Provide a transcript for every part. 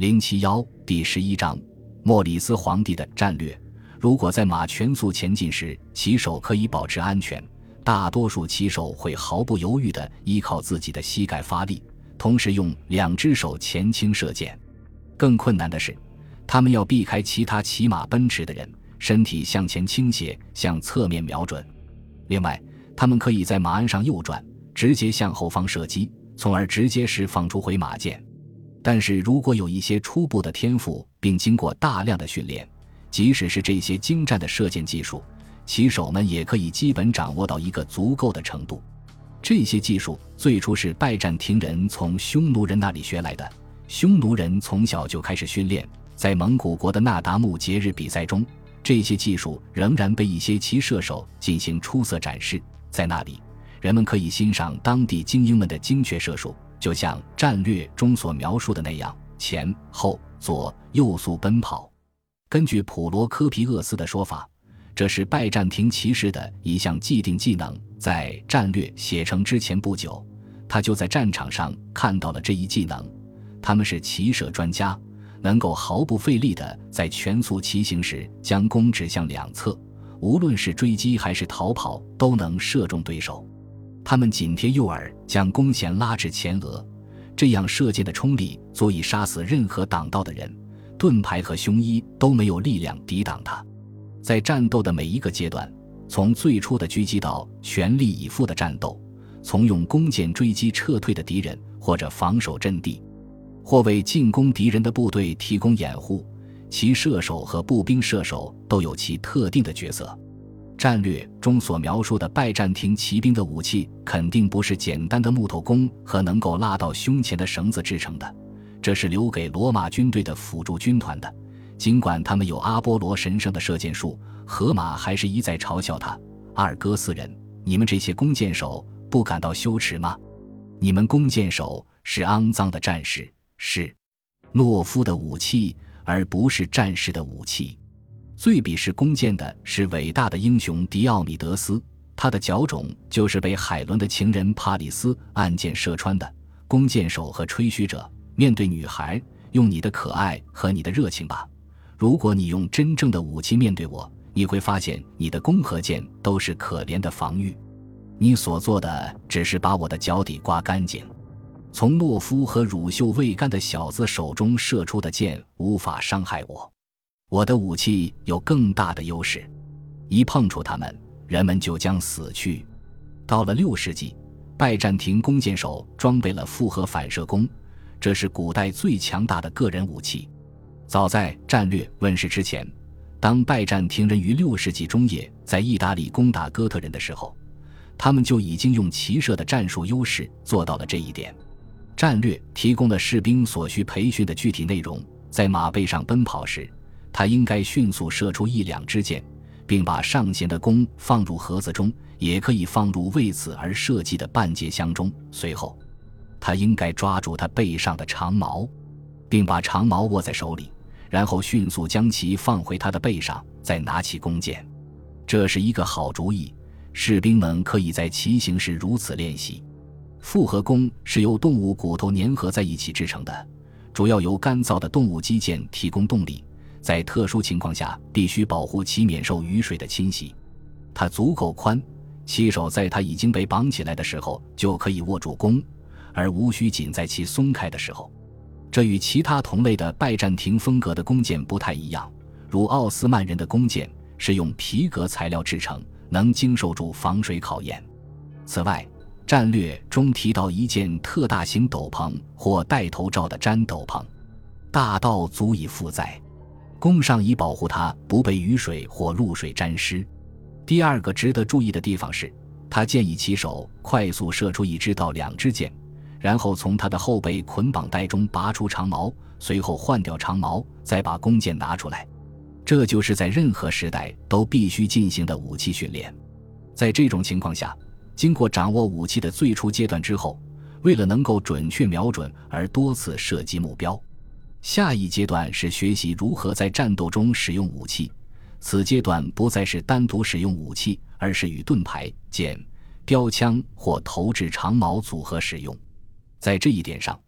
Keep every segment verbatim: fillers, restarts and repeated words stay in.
零七一第十一章莫里斯皇帝的战略。如果在马全速前进时骑手可以保持安全，大多数骑手会毫不犹豫地依靠自己的膝盖发力，同时用两只手前倾射箭。更困难的是，他们要避开其他骑马奔驰的人，身体向前倾斜，向侧面瞄准。另外，他们可以在马鞍上右转，直接向后方射击，从而直接释放出回马箭。但是如果有一些初步的天赋，并经过大量的训练，即使是这些精湛的射箭技术，骑手们也可以基本掌握到一个足够的程度。这些技术最初是拜占庭人从匈奴人那里学来的，匈奴人从小就开始训练，在蒙古国的那达慕节日比赛中，这些技术仍然被一些骑射手进行出色展示。在那里，人们可以欣赏当地精英们的精确射术，就像战略中所描述的那样，前后左右速奔跑。根据普罗科皮厄斯的说法，这是拜占庭骑士的一项既定技能。在战略写成之前不久，他就在战场上看到了这一技能。他们是骑射专家，能够毫不费力地在全速骑行时将弓指向两侧，无论是追击还是逃跑都能射中对手。他们紧贴右耳，将弓弦拉至前额，这样射箭的冲力足以杀死任何挡道的人，盾牌和胸衣都没有力量抵挡它。在战斗的每一个阶段，从最初的狙击到全力以赴的战斗，从用弓箭追击撤退的敌人，或者防守阵地，或为进攻敌人的部队提供掩护，其射手和步兵射手都有其特定的角色。战略中所描述的拜占庭骑兵的武器肯定不是简单的木头弓和能够拉到胸前的绳子制成的，这是留给罗马军队的辅助军团的。尽管他们有阿波罗神圣的射箭术，荷马还是一再嘲笑他：阿尔戈斯人，你们这些弓箭手不感到羞耻吗？你们弓箭手是肮脏的战士，是懦夫的武器，而不是战士的武器。最鄙视弓箭的是伟大的英雄狄奥米德斯，他的脚踵就是被海伦的情人帕里斯暗箭射穿的。弓箭手和吹嘘者，面对女孩，用你的可爱和你的热情吧。如果你用真正的武器面对我，你会发现你的弓和箭都是可怜的防御。你所做的只是把我的脚底刮干净。从懦夫和乳臭未干的小子手中射出的箭无法伤害我。我的武器有更大的优势，一碰触它们，人们就将死去。到了六世纪，拜占庭弓箭手装备了复合反射弓，这是古代最强大的个人武器。早在战略问世之前，当拜占庭人于六世纪中叶在意大利攻打哥特人的时候，他们就已经用骑射的战术优势做到了这一点。战略提供了士兵所需培训的具体内容，在马背上奔跑时，他应该迅速射出一两支箭，并把上弦的弓放入盒子中，也可以放入为此而设计的半截箱中。随后，他应该抓住他背上的长矛，并把长矛握在手里，然后迅速将其放回他的背上，再拿起弓箭。这是一个好主意，士兵们可以在骑行时如此练习。复合弓是由动物骨头粘合在一起制成的，主要由干燥的动物肌腱提供动力，在特殊情况下必须保护其免受雨水的侵袭。它足够宽，骑手在它已经被绑起来的时候就可以握住弓，而无需仅在其松开的时候。这与其他同类的拜占庭风格的弓箭不太一样，如奥斯曼人的弓箭是用皮革材料制成，能经受住防水考验。此外，战略中提到一件特大型斗篷或带头罩的毡斗篷，大到足以负载，弓上以保护它不被雨水或露水沾湿。第二个值得注意的地方是，他建议骑手快速射出一支到两支箭，然后从他的后背捆绑带中拔出长矛，随后换掉长矛，再把弓箭拿出来。这就是在任何时代都必须进行的武器训练。在这种情况下，经过掌握武器的最初阶段之后，为了能够准确瞄准而多次射击目标，下一阶段是学习如何在战斗中使用武器。此阶段不再是单独使用武器，而是与盾牌、剑、标枪或投掷长矛组合使用。在这一点上，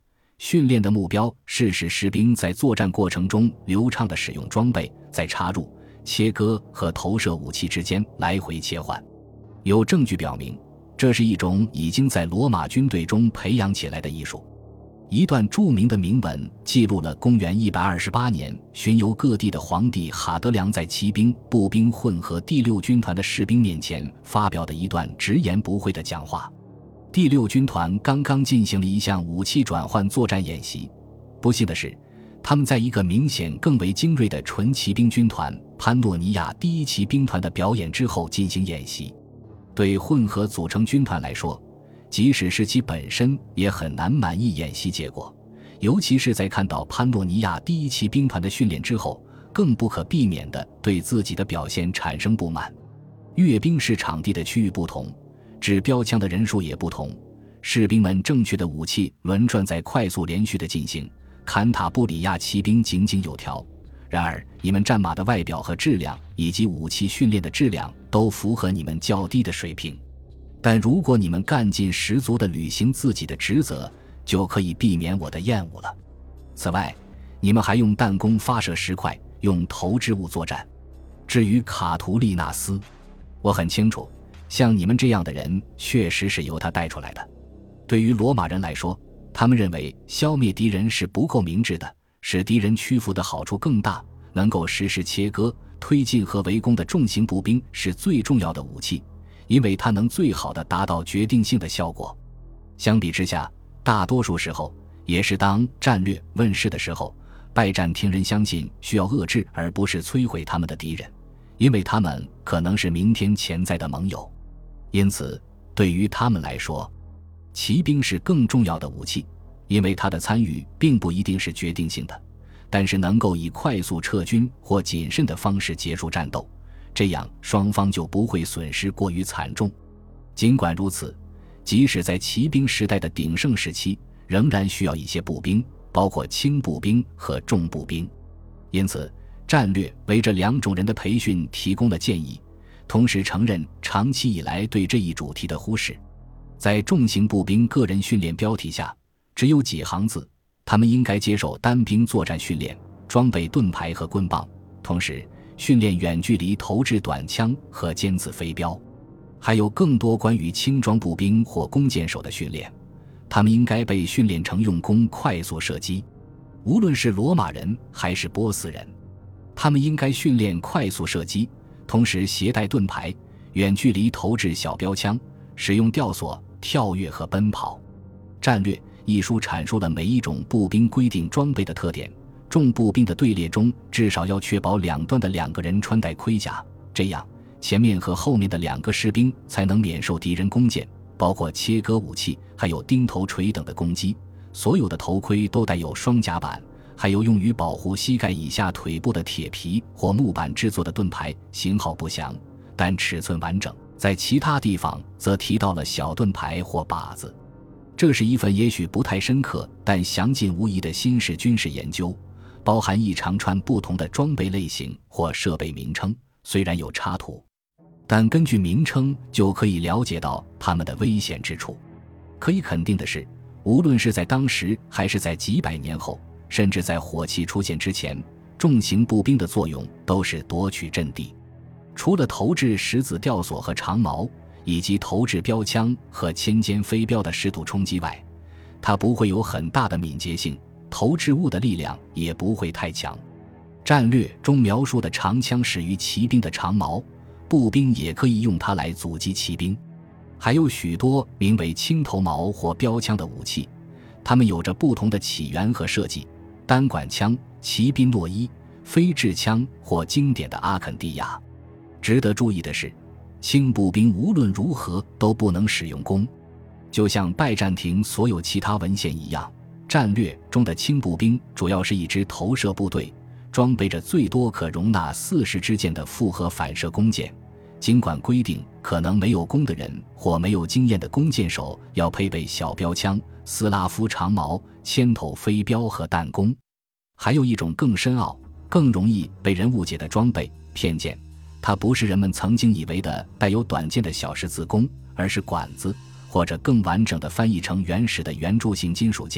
训练的目标是使士兵在作战过程中流畅地使用装备，在插入、切割和投射武器之间来回切换。有证据表明，这是一种已经在罗马军队中培养起来的艺术。一段著名的铭文记录了公元一百二十八年巡游各地的皇帝哈德良在骑兵、步兵混合第六军团的士兵面前发表的一段直言不讳的讲话。第六军团刚刚进行了一项武器转换作战演习，不幸的是，他们在一个明显更为精锐的纯骑兵军团潘诺尼亚第一骑兵团的表演之后进行演习。对混合组成军团来说，即使是其本身也很难满意演习结果，尤其是在看到潘诺尼亚第一骑兵团的训练之后，更不可避免地对自己的表现产生不满。阅兵式场地的区域不同，指标枪的人数也不同，士兵们正确的武器轮转在快速连续的进行，坎塔布里亚骑兵井井有条。然而你们战马的外表和质量以及武器训练的质量都符合你们较低的水平，但如果你们干劲十足地履行自己的职责，就可以避免我的厌恶了。此外，你们还用弹弓发射石块，用投掷物作战。至于卡图利纳斯，我很清楚，像你们这样的人确实是由他带出来的。对于罗马人来说，他们认为消灭敌人是不够明智的，使敌人屈服的好处更大，能够实施切割、推进和围攻的重型步兵是最重要的武器，因为它能最好地达到决定性的效果。相比之下，大多数时候，也是当战略问世的时候，拜占庭人相信需要遏制而不是摧毁他们的敌人，因为他们可能是明天潜在的盟友。因此，对于他们来说，骑兵是更重要的武器，因为他的参与并不一定是决定性的，但是能够以快速撤军或谨慎的方式结束战斗，这样双方就不会损失过于惨重。尽管如此，即使在骑兵时代的鼎盛时期，仍然需要一些步兵，包括轻步兵和重步兵。因此，战略为这两种人的培训提供了建议，同时承认长期以来对这一主题的忽视。在重型步兵个人训练标题下，只有几行字，他们应该接受单兵作战训练，装备盾牌和棍棒，同时训练远距离投掷短枪和尖刺飞镖。还有更多关于轻装步兵或弓箭手的训练，他们应该被训练成用弓快速射击。无论是罗马人还是波斯人，他们应该训练快速射击，同时携带盾牌，远距离投掷小标枪，使用吊索、跳跃和奔跑。战略一书阐述了每一种步兵规定装备的特点。重步兵的队列中至少要确保两端的两个人穿戴盔甲，这样前面和后面的两个士兵才能免受敌人弓箭，包括切割武器还有钉头锤等的攻击。所有的头盔都带有双甲板，还有用于保护膝盖以下腿部的铁皮或木板制作的盾牌，型号不详，但尺寸完整。在其他地方则提到了小盾牌或靶子。这是一份也许不太深刻但详尽无疑的新式军事研究，包含一长串不同的装备类型或设备名称，虽然有插图，但根据名称就可以了解到它们的危险之处。可以肯定的是，无论是在当时还是在几百年后，甚至在火器出现之前，重型步兵的作用都是夺取阵地。除了投掷石子吊索和长矛，以及投掷标枪和铅尖飞镖的适度冲击外，它不会有很大的敏捷性，投掷物的力量也不会太强。战略中描述的长枪始于骑兵的长矛，步兵也可以用它来阻击骑兵。还有许多名为轻头矛或标枪的武器，它们有着不同的起源和设计，单管枪、骑兵诺伊、飞掷枪或经典的阿肯蒂亚。值得注意的是，轻步兵无论如何都不能使用弓，就像拜占庭所有其他文献一样，战略中的轻步兵主要是一支投射部队，装备着最多可容纳四十支箭的复合反射弓箭。尽管规定可能没有弓的人或没有经验的弓箭手要配备小标枪、斯拉夫长矛、铅头飞镖和弹弓，还有一种更深奥、更容易被人误解的装备——片箭。它不是人们曾经以为的带有短剑的小十字弓，而是管子，或者更完整的翻译成原始的圆柱形金属剑，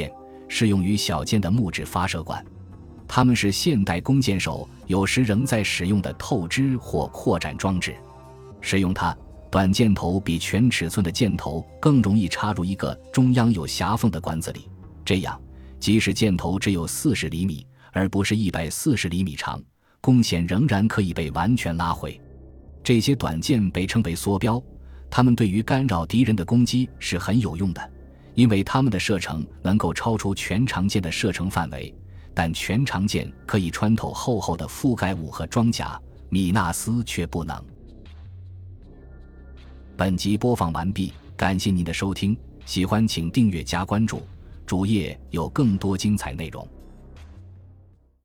适用于小件的木质发射管。它们是现代弓箭手有时仍在使用的透支或扩展装置。使用它，短箭头比全尺寸的箭头更容易插入一个中央有狭缝的管子里，这样即使箭头只有四十厘米而不是一百四十厘米长，弓弦仍然可以被完全拉回。这些短箭被称为梭镖，它们对于干扰敌人的攻击是很有用的，因为它们的射程能够超出全长箭的射程范围，但全长箭可以穿透厚厚的覆盖物和装甲，米纳斯却不能。本集播放完毕，感谢您的收听，喜欢请订阅加关注，主页有更多精彩内容。